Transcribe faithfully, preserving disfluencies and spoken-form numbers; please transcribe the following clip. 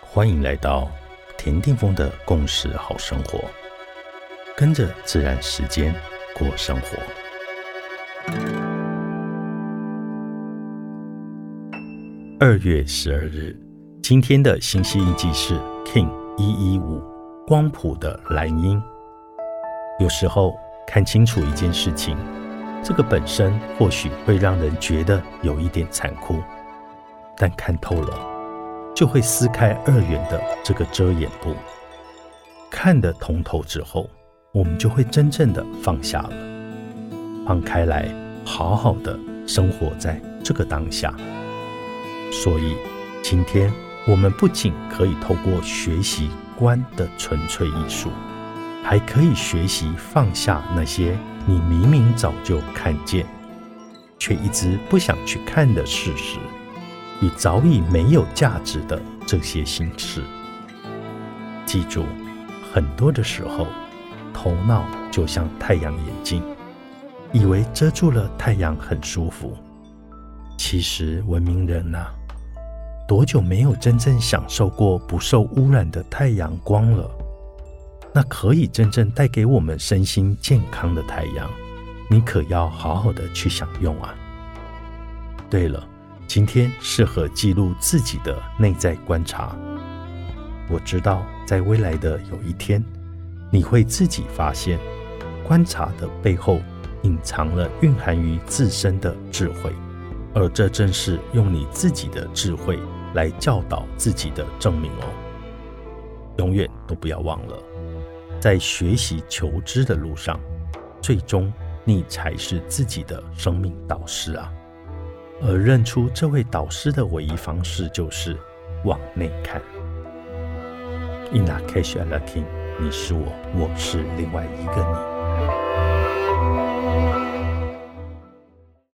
欢迎来到田定峰的共识好生活，跟着自然时间过生活。二月十二日，今天的星系印记是 King 一一五光谱的蓝鹰。有时候看清楚一件事情，这个本身或许会让人觉得有一点残酷，但看透了就会撕开二元的这个遮掩布，看得通透之后，我们就会真正的放下了，放开来，好好的生活在这个当下。所以今天我们不仅可以透过学习观的纯粹艺术，还可以学习放下那些你明明早就看见，却一直不想去看的事实，与早已没有价值的这些心事。记住，很多的时候，头脑就像太阳眼镜，以为遮住了太阳很舒服。其实文明人啊，多久没有真正享受过不受污染的太阳光了？那可以真正带给我们身心健康的太阳，你可要好好的去享用啊。对了，今天适合记录自己的内在观察。我知道在未来的有一天，你会自己发现，观察的背后隐藏了蕴含于自身的智慧，而这正是用你自己的智慧来教导自己的证明哦。永远都不要忘了，在学习求知的路上，最终你才是自己的生命导师啊。而认出这位导师的唯一方式就是往内看。Ina Kesh Alakin， 你是我，我是另外一个你。